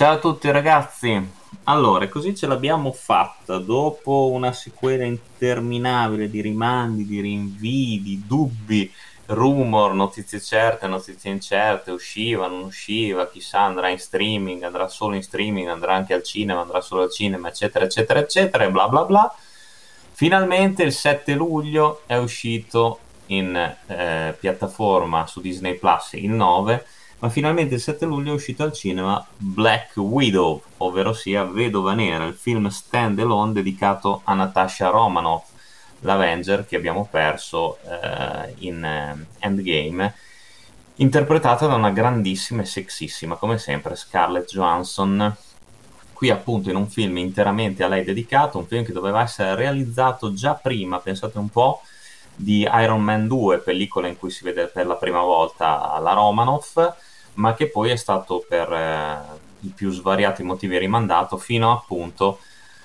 Ciao a tutti ragazzi, allora così ce l'abbiamo fatta dopo una sequela interminabile di rimandi, di rinvii, di dubbi, rumor, notizie certe, notizie incerte, usciva, non usciva, chissà, andrà in streaming, andrà solo in streaming, andrà anche al cinema, andrà solo al cinema, eccetera, eccetera, eccetera, e bla bla bla. Finalmente il 7 luglio è uscito in piattaforma su Disney Plus il 9, ma finalmente il 7 luglio è uscito al cinema Black Widow, ovvero sia Vedova Nera, il film stand-alone dedicato a Natasha Romanoff, l'Avenger che abbiamo perso in Endgame, interpretata da una grandissima e sexissima, come sempre, Scarlett Johansson. Qui appunto in un film interamente a lei dedicato, un film che doveva essere realizzato già prima, pensate un po', di Iron Man 2, pellicola in cui si vede per la prima volta la Romanoff, ma che poi è stato per i più svariati motivi rimandato fino appunto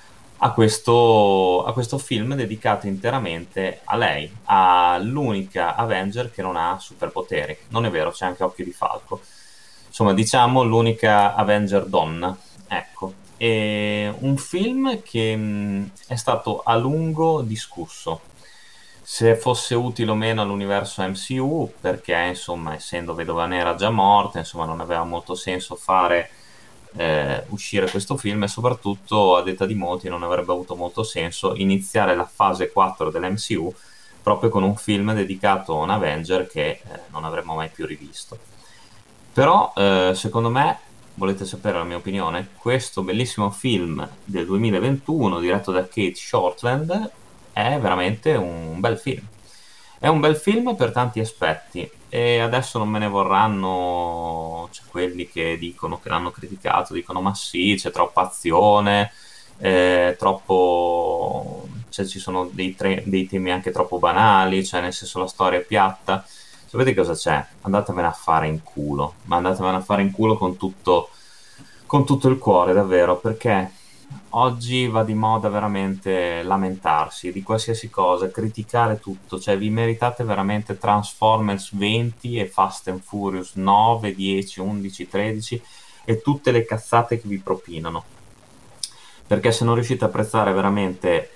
a questo film dedicato interamente a lei, all'unica Avenger che non ha superpoteri. Non è vero, c'è anche Occhio di Falco. Insomma, diciamo l'unica Avenger donna. Ecco. È un film che è stato a lungo discusso se fosse utile o meno all'universo MCU, perché insomma, essendo Vedova Nera già morta, insomma, non aveva molto senso fare uscire questo film, e soprattutto, a detta di molti, non avrebbe avuto molto senso iniziare la fase 4 dell'MCU proprio con un film dedicato a un Avenger che non avremmo mai più rivisto. Però, secondo me, volete sapere la mia opinione? Questo bellissimo film del 2021, diretto da Kate Shortland, è veramente un bel film. È un bel film per tanti aspetti e adesso non me ne vorranno, c'è quelli che dicono che l'hanno criticato, dicono ma sì, c'è troppa azione, troppo, cioè, ci sono dei temi anche troppo banali, cioè nel senso la storia è piatta. Sapete cosa c'è? Andatevene a fare in culo, ma andatevene a fare in culo con tutto il cuore, davvero, perché oggi va di moda veramente lamentarsi di qualsiasi cosa, criticare tutto, cioè vi meritate veramente Transformers 20 e Fast and Furious 9, 10, 11, 13 e tutte le cazzate che vi propinano, perché se non riuscite a apprezzare veramente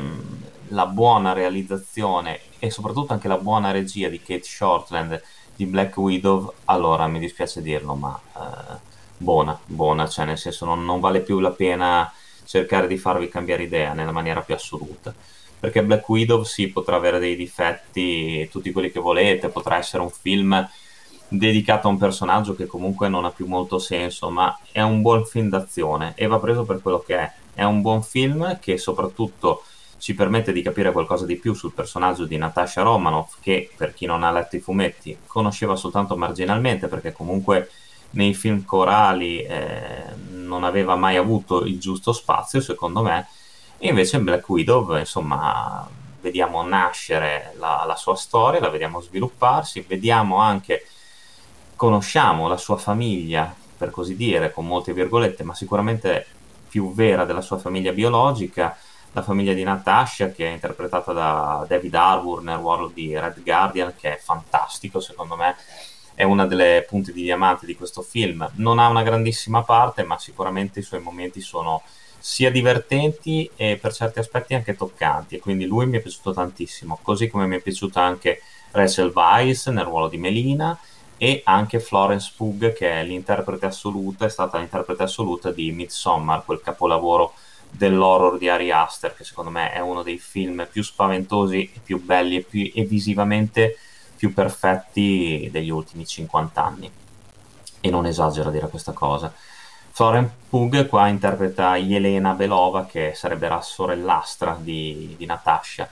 la buona realizzazione e soprattutto anche la buona regia di Kate Shortland di Black Widow, allora mi dispiace dirlo, ma buona, buona, cioè nel senso non vale più la pena cercare di farvi cambiare idea nella maniera più assoluta. Perché Black Widow sì, potrà avere dei difetti, tutti quelli che volete, potrà essere un film dedicato a un personaggio che comunque non ha più molto senso, ma è un buon film d'azione e va preso per quello che è. È un buon film che soprattutto ci permette di capire qualcosa di più sul personaggio di Natasha Romanoff, che per chi non ha letto i fumetti conosceva soltanto marginalmente, perché comunque nei film corali non aveva mai avuto il giusto spazio, secondo me, e invece in Black Widow, insomma, vediamo nascere la sua storia, la vediamo svilupparsi, vediamo anche, conosciamo la sua famiglia, per così dire, con molte virgolette, ma sicuramente più vera della sua famiglia biologica, la famiglia di Natasha, che è interpretata da David Harbour nel ruolo di Red Guardian, che è fantastico, secondo me, è una delle punte di diamante di questo film. Non ha una grandissima parte, ma sicuramente i suoi momenti sono sia divertenti e per certi aspetti anche toccanti, e quindi lui mi è piaciuto tantissimo, così come mi è piaciuta anche Rachel Weisz nel ruolo di Melina e anche Florence Pugh, che è l'interprete assoluta, è stata l'interprete assoluta di Midsommar, quel capolavoro dell'horror di Ari Aster, che secondo me è uno dei film più spaventosi e più belli e visivamente più perfetti degli ultimi 50 anni. E non esagero a dire questa cosa. Florence Pugh qua interpreta Yelena Belova, che sarebbe la sorellastra di Natasha.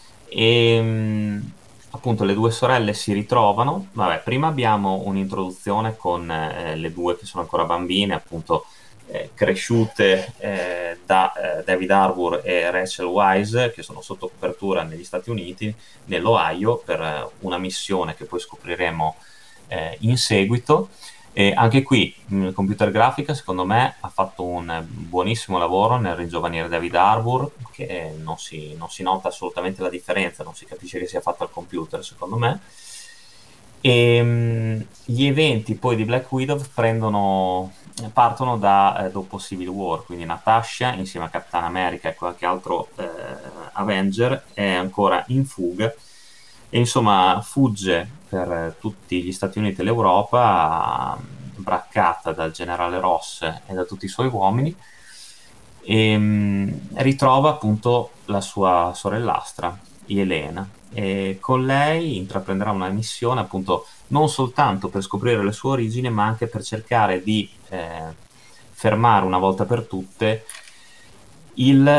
E appunto le due sorelle si ritrovano. Vabbè, prima abbiamo un'introduzione con le due che sono ancora bambine, appunto cresciute da David Harbour e Rachel Weisz, che sono sotto copertura negli Stati Uniti, nell'Ohio, per una missione che poi scopriremo in seguito. E anche qui il computer grafica secondo me ha fatto un buonissimo lavoro nel ringiovanire David Harbour, che non si nota assolutamente la differenza, non si capisce che sia fatto al computer secondo me. E gli eventi poi di Black Widow prendono partono da dopo Civil War, quindi Natasha insieme a Capitan America e qualche altro Avenger è ancora in fuga e insomma fugge per tutti gli Stati Uniti e l'Europa, braccata dal generale Ross e da tutti i suoi uomini, e ritrova appunto la sua sorellastra Elena, e con lei intraprenderà una missione appunto non soltanto per scoprire le sue origini, ma anche per cercare di fermare una volta per tutte il,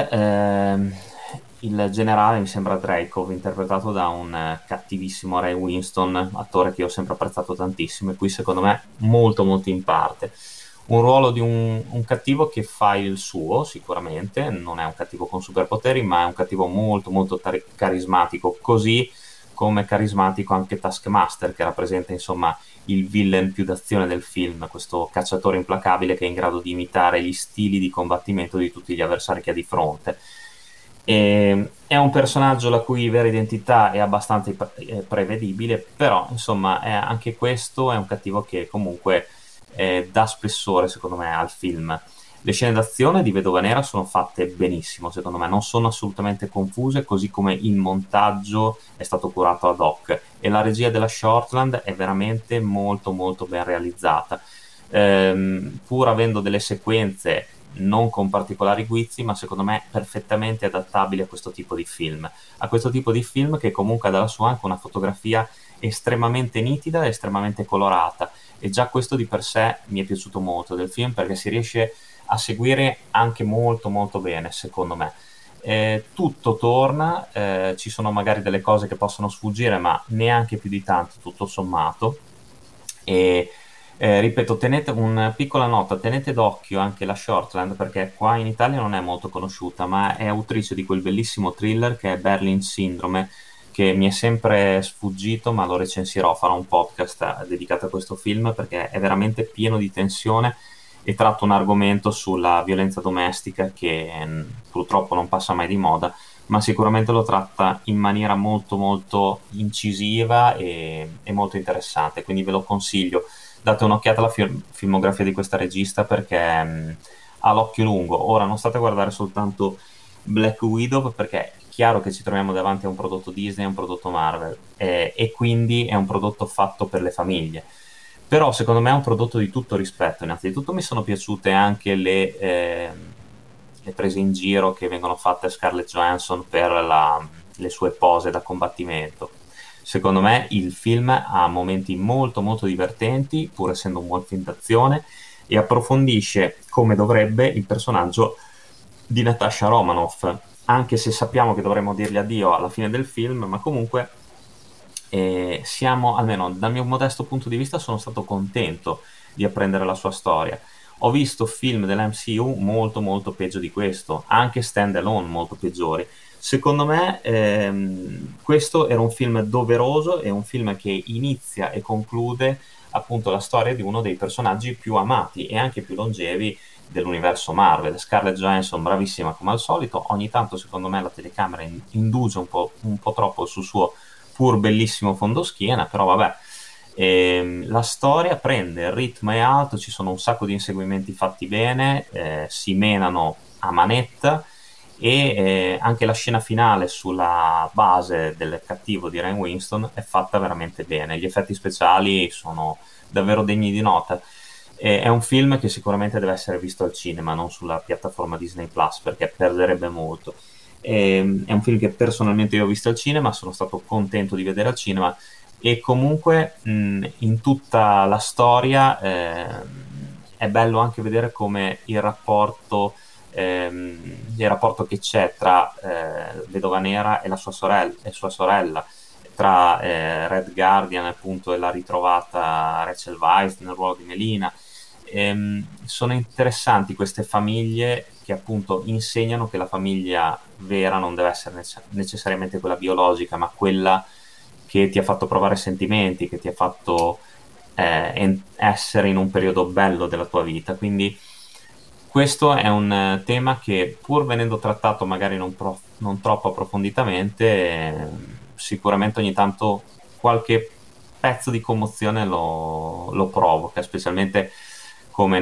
il generale, mi sembra Dreykov, interpretato da un cattivissimo Ray Winston, attore che io ho sempre apprezzato tantissimo e qui secondo me molto molto in parte. Un ruolo di un cattivo che fa il suo, sicuramente, non è un cattivo con superpoteri, ma è un cattivo molto molto carismatico, così come carismatico anche Taskmaster, che rappresenta insomma il villain più d'azione del film, questo cacciatore implacabile che è in grado di imitare gli stili di combattimento di tutti gli avversari che ha di fronte. È un personaggio la cui vera identità è abbastanza prevedibile, però insomma anche questo è un cattivo che comunque dà spessore secondo me al film. Le scene d'azione di Vedova Nera sono fatte benissimo, secondo me, non sono assolutamente confuse, così come il montaggio è stato curato ad hoc e la regia della Shortland è veramente molto molto ben realizzata, pur avendo delle sequenze non con particolari guizzi, ma secondo me perfettamente adattabili a questo tipo di film, che comunque ha dalla sua anche una fotografia estremamente nitida e estremamente colorata, e già questo di per sé mi è piaciuto molto del film, perché si riesce a seguire anche molto molto bene secondo me. Tutto torna, ci sono magari delle cose che possono sfuggire, ma neanche più di tanto tutto sommato, e ripeto, tenete una piccola nota, tenete d'occhio anche la Shortland, perché qua in Italia non è molto conosciuta, ma è autrice di quel bellissimo thriller che è Berlin Syndrome, che mi è sempre sfuggito, ma lo recensirò, farò un podcast dedicato a questo film perché è veramente pieno di tensione e tratta un argomento sulla violenza domestica che purtroppo non passa mai di moda, ma sicuramente lo tratta in maniera molto molto incisiva e molto interessante, quindi ve lo consiglio. Date un'occhiata alla filmografia di questa regista perché ha l'occhio lungo. Ora non state a guardare soltanto Black Widow, perché è chiaro che ci troviamo davanti a un prodotto Disney, a un prodotto Marvel, e quindi è un prodotto fatto per le famiglie. Però secondo me è un prodotto di tutto rispetto. Innanzitutto mi sono piaciute anche le prese in giro che vengono fatte a Scarlett Johansson per le sue pose da combattimento. Secondo me il film ha momenti molto molto divertenti, pur essendo un buon film d'azione, e approfondisce come dovrebbe il personaggio di Natasha Romanoff, anche se sappiamo che dovremmo dirgli addio alla fine del film, ma comunque siamo, almeno dal mio modesto punto di vista, sono stato contento di apprendere la sua storia. Ho visto film dell'MCU molto molto peggio di questo, anche stand alone molto peggiori. Secondo me questo era un film doveroso, è un film che inizia e conclude appunto la storia di uno dei personaggi più amati e anche più longevi dell'universo Marvel. Scarlett Johansson bravissima come al solito, ogni tanto secondo me la telecamera indugia un po' troppo sul suo pur bellissimo fondoschiena, però vabbè. La storia prende, il ritmo è alto, ci sono un sacco di inseguimenti fatti bene, si menano a manetta, e anche la scena finale sulla base del cattivo di Ren Winston è fatta veramente bene, gli effetti speciali sono davvero degni di nota. È un film che sicuramente deve essere visto al cinema, non sulla piattaforma Disney Plus, perché perderebbe molto. È un film che personalmente io ho visto al cinema, sono stato contento di vedere al cinema, e comunque in tutta la storia è bello anche vedere come il rapporto che c'è tra Vedova Nera e la sua sorella, tra Red Guardian appunto e la ritrovata Rachel Weisz nel ruolo di Melina. Sono interessanti queste famiglie che appunto insegnano che la famiglia vera non deve essere necessariamente quella biologica, ma quella che ti ha fatto provare sentimenti, che ti ha fatto essere in un periodo bello della tua vita. Quindi questo è un tema che, pur venendo trattato magari non troppo approfonditamente, sicuramente ogni tanto qualche pezzo di commozione lo provoca, specialmente come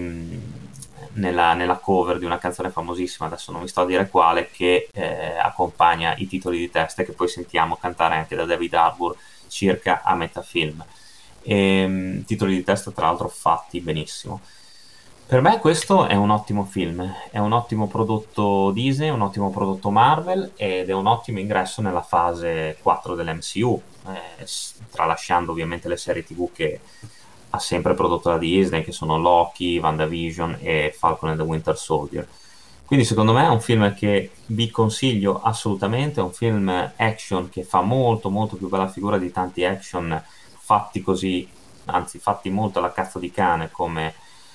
nella cover di una canzone famosissima, adesso non vi sto a dire quale, che accompagna i titoli di testa, che poi sentiamo cantare anche da David Harbour circa a metà film. Titoli di testa tra l'altro fatti benissimo. Per me questo è un ottimo film, è un ottimo prodotto Disney, un ottimo prodotto Marvel ed è un ottimo ingresso nella fase 4 dell'MCU, tralasciando ovviamente le serie TV che ha sempre prodotto la Disney, che sono Loki, WandaVision e Falcon and the Winter Soldier. Quindi secondo me è un film che vi consiglio assolutamente, è un film action che fa molto molto più bella figura di tanti action fatti così, anzi fatti molto alla cazzo di cane come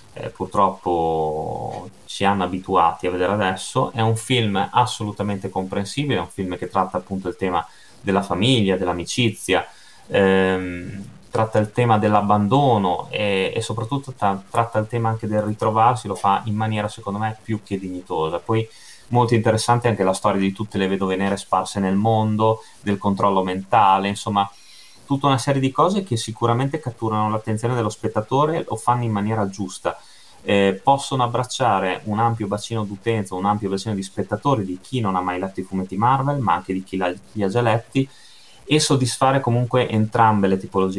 purtroppo ci hanno abituati a vedere adesso. È un film assolutamente comprensibile, è un film che tratta appunto il tema della famiglia, dell'amicizia, tratta il tema dell'abbandono e soprattutto tratta il tema anche del ritrovarsi, lo fa in maniera secondo me più che dignitosa. Poi molto interessante anche la storia di tutte le vedove nere sparse nel mondo, del controllo mentale, insomma tutta una serie di cose che sicuramente catturano l'attenzione dello spettatore, lo fanno in maniera giusta, possono abbracciare un ampio bacino d'utenza, un ampio bacino di spettatori, di chi non ha mai letto i fumetti Marvel, ma anche di chi li ha già letti, e soddisfare comunque entrambe le tipologie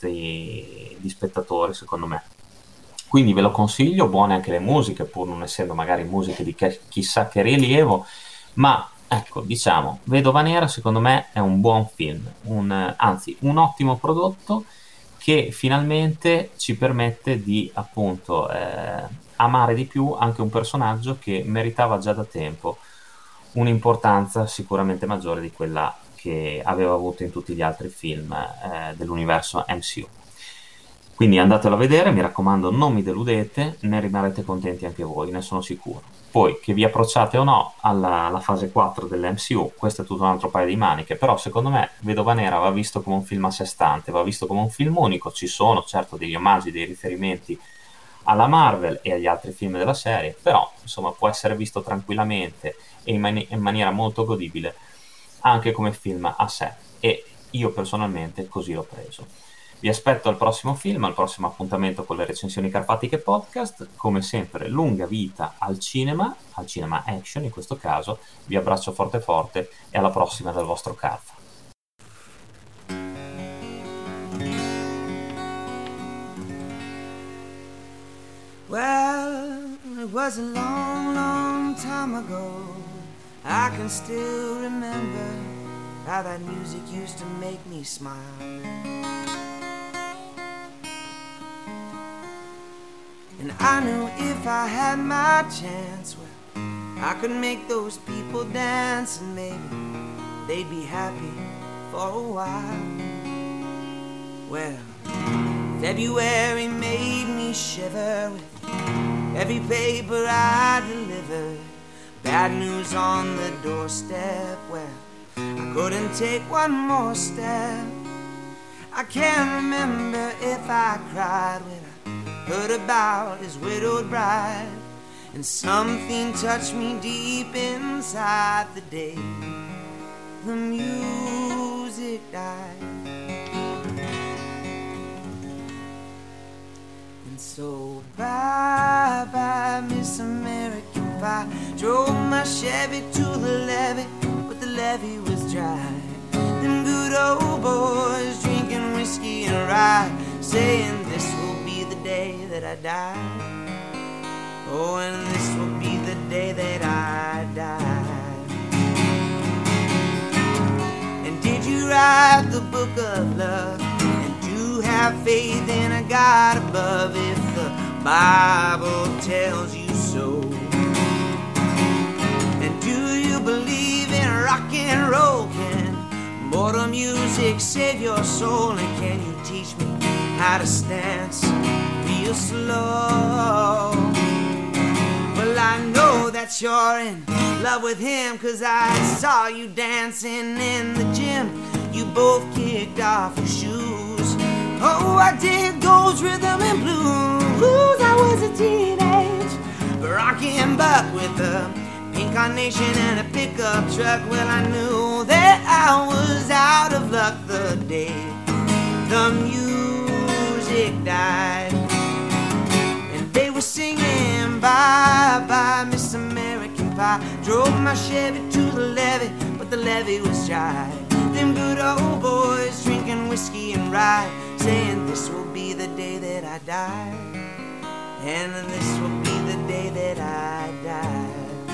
di spettatori, secondo me. Quindi ve lo consiglio, buone anche le musiche, pur non essendo magari musiche di chissà che rilievo, ma ecco, diciamo, Vedova Nera secondo me è un buon film, anzi un ottimo prodotto che finalmente ci permette di appunto amare di più anche un personaggio che meritava già da tempo un'importanza sicuramente maggiore di quella che aveva avuto in tutti gli altri film dell'universo MCU. Quindi andatelo a vedere, mi raccomando, non mi deludete, ne rimarrete contenti anche voi, ne sono sicuro. Poi che vi approcciate o no alla fase 4 dell'MCU, questo è tutto un altro paio di maniche, però secondo me Vedova Nera va visto come un film a sé stante, va visto come un film unico, ci sono certo degli omaggi, dei riferimenti alla Marvel e agli altri film della serie, però insomma può essere visto tranquillamente e in maniera molto godibile anche come film a sé, e io personalmente così l'ho preso. Vi aspetto al prossimo film, al prossimo appuntamento con le recensioni Carpatiche Podcast. Come sempre, lunga vita al cinema action in questo caso. Vi abbraccio forte forte e alla prossima dal vostro Carfa. Well, it was a long, long time ago. I can still remember how that music used to make me smile. And I knew if I had my chance, well, I could make those people dance, and maybe they'd be happy for a while. Well, February made me shiver with every paper I delivered. Bad news on the doorstep, well, I couldn't take one more step. I can't remember if I cried when I heard about his widowed bride, and something touched me deep inside the day the music died. And so bye bye Miss American Pie. Drove my Chevy to the levee, but the levee was dry. Them good old boys drinking whiskey and rye, saying this will be the day that I die. Oh, and this will be the day that I die. And did you write the book of love? And do have faith in a God above if the Bible tells you so? And do you believe in rock and roll? Can mortal music save your soul? And can you teach me how to dance real slow? Well, I know that you're in love with him, 'cause I saw you dancing in the gym. You both kicked off your shoes. Oh, I did those rhythm and blues. I was a teenage rockin' buck with a pink carnation and a pickup truck. Well, I knew that I was out of luck the day the music died. And were singing bye bye Miss American Pie. Drove my Chevy to the levee, but the levee was dry. Them good old boys drinking whiskey and rye, saying this will be the day that I die, and this will be the day that I die.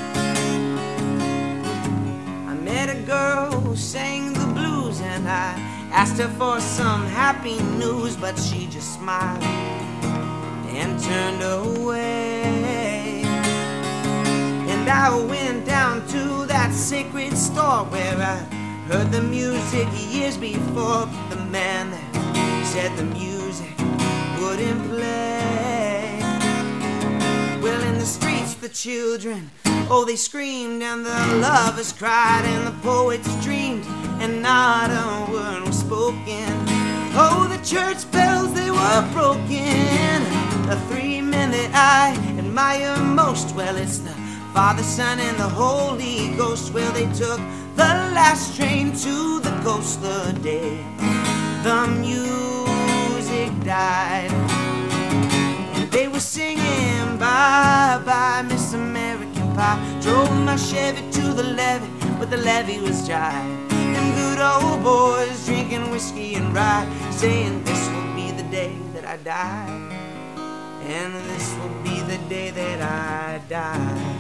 I met a girl who sang the blues, and I asked her for some happy news, but she just smiled and turned away. And I went down to that sacred store where I heard the music years before, but the man there said the music wouldn't play. Well, in the streets the children, oh, they screamed, and the lovers cried, and the poets dreamed, and not a word was spoken. Oh, the church bells, they were broken. The three men that I admire most, well, it's the Father, Son, and the Holy Ghost. Well, they took the last train to the coast the day the music died. And they were singing bye bye Miss American Pie. Drove my Chevy to the levee, but the levee was dry. Them good old boys drinking whiskey and rye, saying this will be the day that I die, and this will be the day that I die.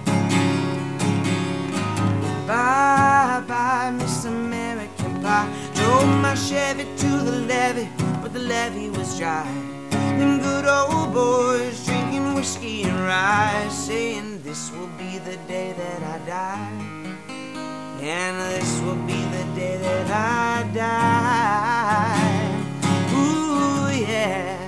Bye bye Miss American Pie. Drove my Chevy to the levee, but the levee was dry. Them good old boys drinking whiskey and rye, saying this will be the day that I die, and this will be the day that I die. Ooh, yeah.